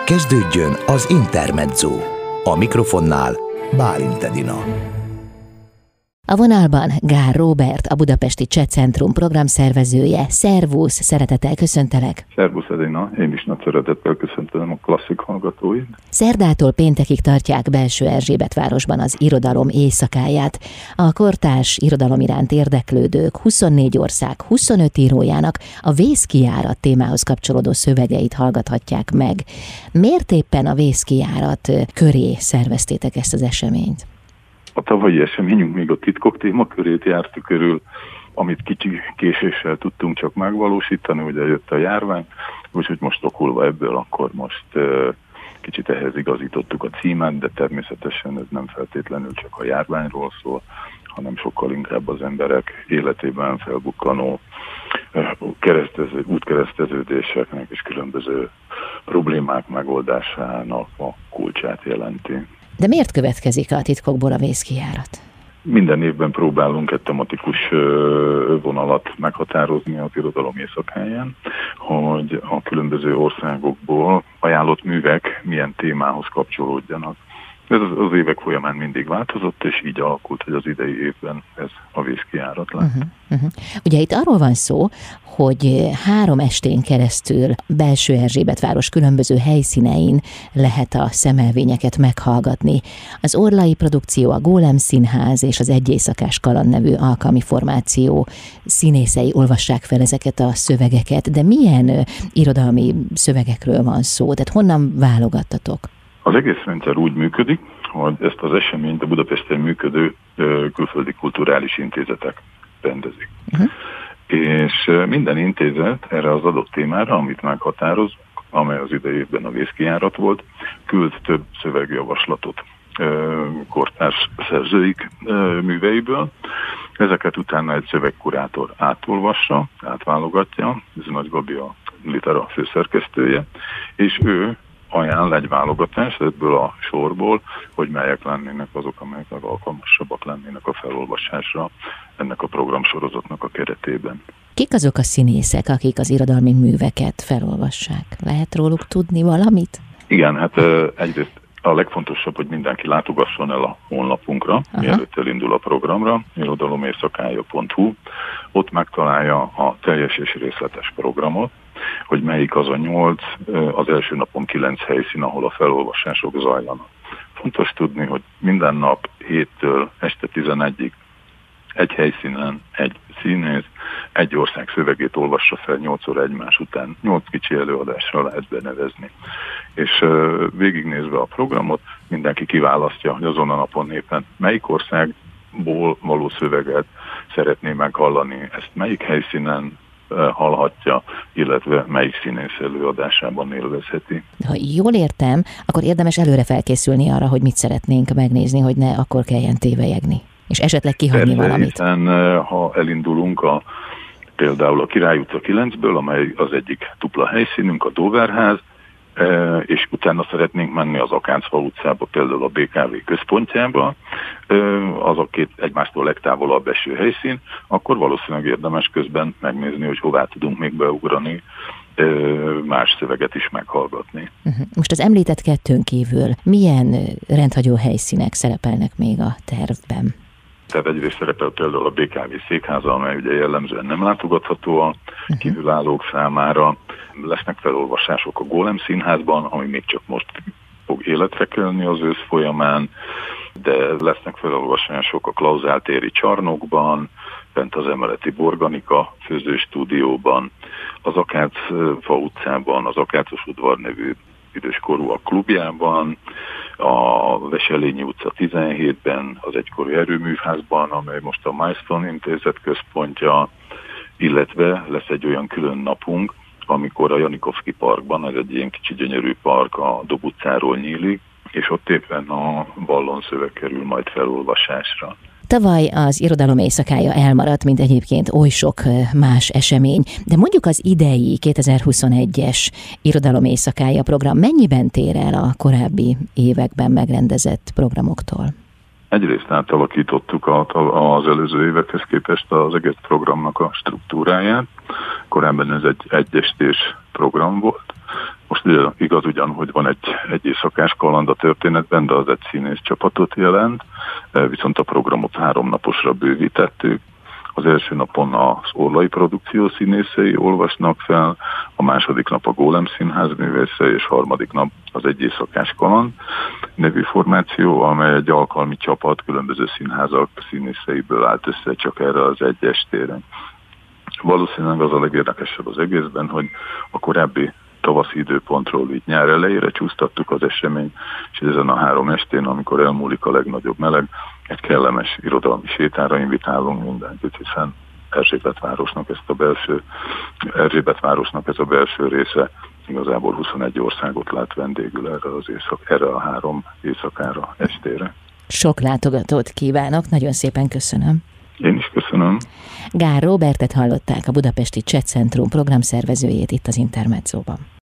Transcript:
Kezdődjön az Intermezzo. A mikrofonnál Bálint Edina. A vonalban Gál Róbert, a Budapesti Cseh Centrum programszervezője. Szervusz, szeretettel köszöntelek. Szervusz Edina, én is nagy szeretettel köszöntöm a klasszik hallgatóit. Szerdától péntekig tartják Belső-Erzsébetvárosban az irodalom éjszakáját. A kortárs irodalom iránt érdeklődők 24 ország 25 írójának a Vészkijárat témához kapcsolódó szövegeit hallgathatják meg. Miért éppen a Vészkijárat köré szerveztétek ezt az eseményt? A tavalyi eseményünk még a titkok témakörét jártuk körül, amit kicsi késéssel tudtunk csak megvalósítani, ugye jött a járvány, úgyhogy most okulva ebből, akkor most kicsit ehhez igazítottuk a címet, de természetesen ez nem feltétlenül csak a járványról szól, hanem sokkal inkább az emberek életében felbukkanó útkereszteződéseknek és különböző problémák megoldásának a kulcsát jelenti. De miért következik a titkokból a Vészkijárat? Minden évben próbálunk egy tematikus vonalat meghatározni az irodalom éjszakáján, hogy a különböző országokból ajánlott művek milyen témához kapcsolódjanak. Ez az évek folyamán mindig változott, és így alakult, hogy az idei évben ez a Vészkijárat lett. Ugye itt arról van szó, hogy 3 estén keresztül Belső-Erzsébetváros különböző helyszínein lehet a szemelvényeket meghallgatni. Az Orlai produkció, a Gólem Színház és az Egy éjszakás kaland nevű alkalmi formáció színészei olvassák fel ezeket a szövegeket, de milyen irodalmi szövegekről van szó? Tehát honnan válogattatok? Az egész rendszer úgy működik, hogy ezt az eseményt a Budapesten működő külföldi kulturális intézetek rendezik. És minden intézet erre az adott témára, amit meghatároz, amely az idei évben a Vészkijárat volt, küld több szövegjavaslatot kortárs szerzőik műveiből. Ezeket utána egy szövegkurátor átolvassa, átválogatja, ez Nagy Gabi a Litera főszerkesztője, és ő ajánl egy válogatást ebből a sorból, hogy melyek lennének azok, amelyek alkalmasabbak lennének a felolvasásra ennek a programsorozatnak a keretében. Kik azok a színészek, akik az irodalmi műveket felolvassák? Lehet róluk tudni valamit? Igen, hát egyrészt a legfontosabb, hogy mindenki látogasson el a honlapunkra, mielőtt elindul a programra, irodaloméjszakája.hu. Ott megtalálja a teljes és részletes programot, hogy melyik az a 8, az első napon 9 helyszín, ahol a felolvasások zajlanak. Fontos tudni, hogy minden nap 7-től este 11-ig egy helyszínen egy színész egy ország szövegét olvassa fel 8-szor egymás után. 8 kicsi előadással lehet benevezni. És végignézve a programot, mindenki kiválasztja, hogy azon a napon éppen melyik országból való szöveget szeretné meghallani, ezt melyik helyszínen hallhatja, illetve melyik színész előadásában élvezheti. Ha jól értem, akkor érdemes előre felkészülni arra, hogy mit szeretnénk megnézni, hogy ne akkor kelljen tévelyegni, és esetleg kihagyni valamit. Hiszen ha elindulunk például a Király utca 9-ből, amely az egyik dupla helyszínünk, a Doverház, és utána szeretnénk menni az Akácfa utcába, például a BKV központjába, az a két egymástól legtávolabb eső helyszín, akkor valószínűleg érdemes közben megnézni, hogy hová tudunk még beugrani, más szöveget is meghallgatni. Most az említett kettőn kívül milyen rendhagyó helyszínek szerepelnek még a tervben? Tehát egyrészt szerepel például a BKV székháza, amely ugye jellemzően nem látogatható a kívülállók számára. Lesznek felolvasások a Gólem Színházban, ami még csak most fog életre kelni az ősz folyamán, de lesznek felolvasások a Klauzál téri csarnokban, bent az emeleti Borganika főzőstúdióban, az Akácfa utcában, az Akácos udvar nevű időskorúak klubjában, a Veselényi utca 17-ben, az egykori erőművházban, amely most a Milestone Intézet központja, illetve lesz egy olyan külön napunk, amikor a Janikovszky Parkban, ez egy ilyen kicsi gyönyörű park a Dob utcáról nyílik, és ott éppen a ballonszöveg kerül majd felolvasásra. Tavaly az irodalom éjszakája elmaradt, mint egyébként oly sok más esemény, de mondjuk az idei 2021-es irodalom éjszakája program mennyiben tér el a korábbi években megrendezett programoktól? Egyrészt átalakítottuk az előző évekhez képest az egész programnak a struktúráját. Korábban ez egy egyestés program volt, Most igaz ugyan, hogy van egy éjszakás kaland a történetben, de az egy színész csapatot jelent, viszont a programot 3 naposra bővítettük. Az első napon az Orlai produkció színészei olvasnak fel, a második nap a Gólem Színház művészei, és harmadik nap az Egy éjszakás kaland nevű formáció, amely egy alkalmi csapat különböző színházak színészeiből állt össze csak erre az egy estére. Valószínűleg az a legérdekesebb az egészben, hogy a korábbi tavaszi időpontról így nyár elejére csúsztattuk az eseményt, és ezen a 3 estén, amikor elmúlik a legnagyobb meleg, egy kellemes irodalmi sétára invitálunk mindenkit, hiszen Erzsébetvárosnak ez a belső része igazából 21 országot lát vendégül erre a 3 éjszakára, estére. Sok látogatót kívánok, nagyon szépen köszönöm. Én is köszönöm. Gál Róbertet hallották, a Budapesti Cseh Centrum programszervezőjét itt az Intermedzóban.